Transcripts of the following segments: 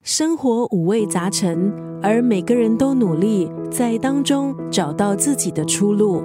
生活五味杂陈，而每个人都努力在当中找到自己的出路。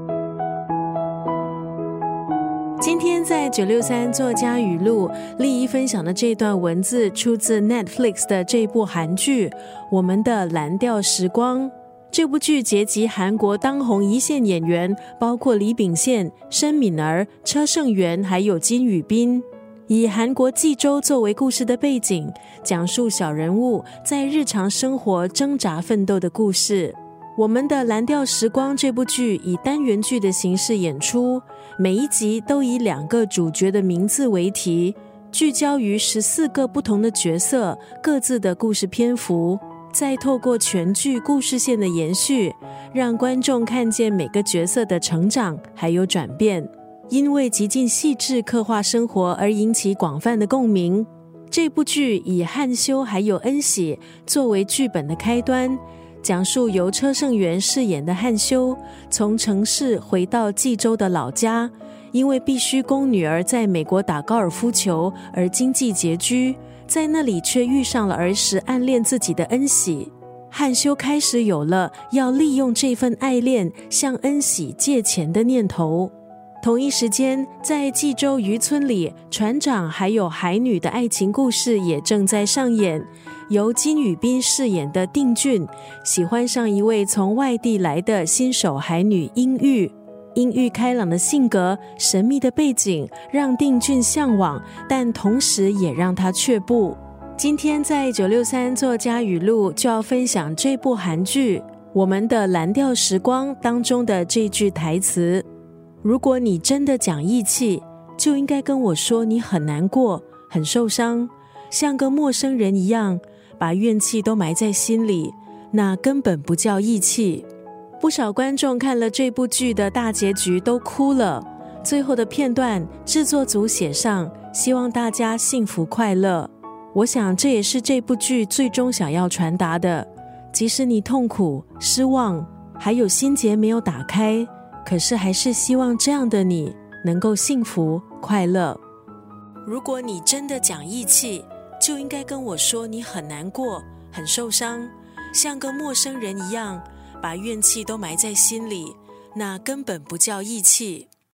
今天在963作家语录，立一分享的这段文字出自 Netflix 的这部韩剧《我们的蓝调时光》。这部剧结集韩国当红一线演员，包括李秉宪、申敏儿、车胜元还有金宇彬，以韩国济州作为故事的背景，讲述小人物在日常生活挣扎奋斗的故事。我们的蓝调时光这部剧以单元剧的形式演出，每一集都以2个主角的名字为题，聚焦于14个不同的角色各自的故事篇幅，再透过全剧故事线的延续，让观众看见每个角色的成长还有转变。因为极尽细致刻画生活而引起广泛的共鸣。这部剧以汉修还有恩喜作为剧本的开端，讲述由车胜元饰演的汉修从城市回到济州的老家，因为必须供女儿在美国打高尔夫球而经济拮据，在那里却遇上了儿时暗恋自己的恩喜。汉修开始有了要利用这份爱恋向恩喜借钱的念头。同一时间，在济州渔村里，船长还有海女的爱情故事也正在上演。由金宇彬饰演的定俊喜欢上一位从外地来的新手海女英玉。英玉开朗的性格、神秘的背景让定俊向往，但同时也让他却步。今天在963作家语录就要分享这部韩剧《我们的蓝调时光》当中的这句台词：如果你真的讲义气，就应该跟我说你很难过，很受伤，像个陌生人一样，把怨气都埋在心里，那根本不叫义气。不少观众看了这部剧的大结局都哭了，最后的片段制作组写上希望大家幸福快乐。我想这也是这部剧最终想要传达的，即使你痛苦、失望，还有心结没有打开，可是还是希望这样的你能够幸福快乐。如果你真的讲义气，就应该跟我说你很难过，很受伤，像个陌生人一样，把怨气都埋在心里，那根本不叫义气。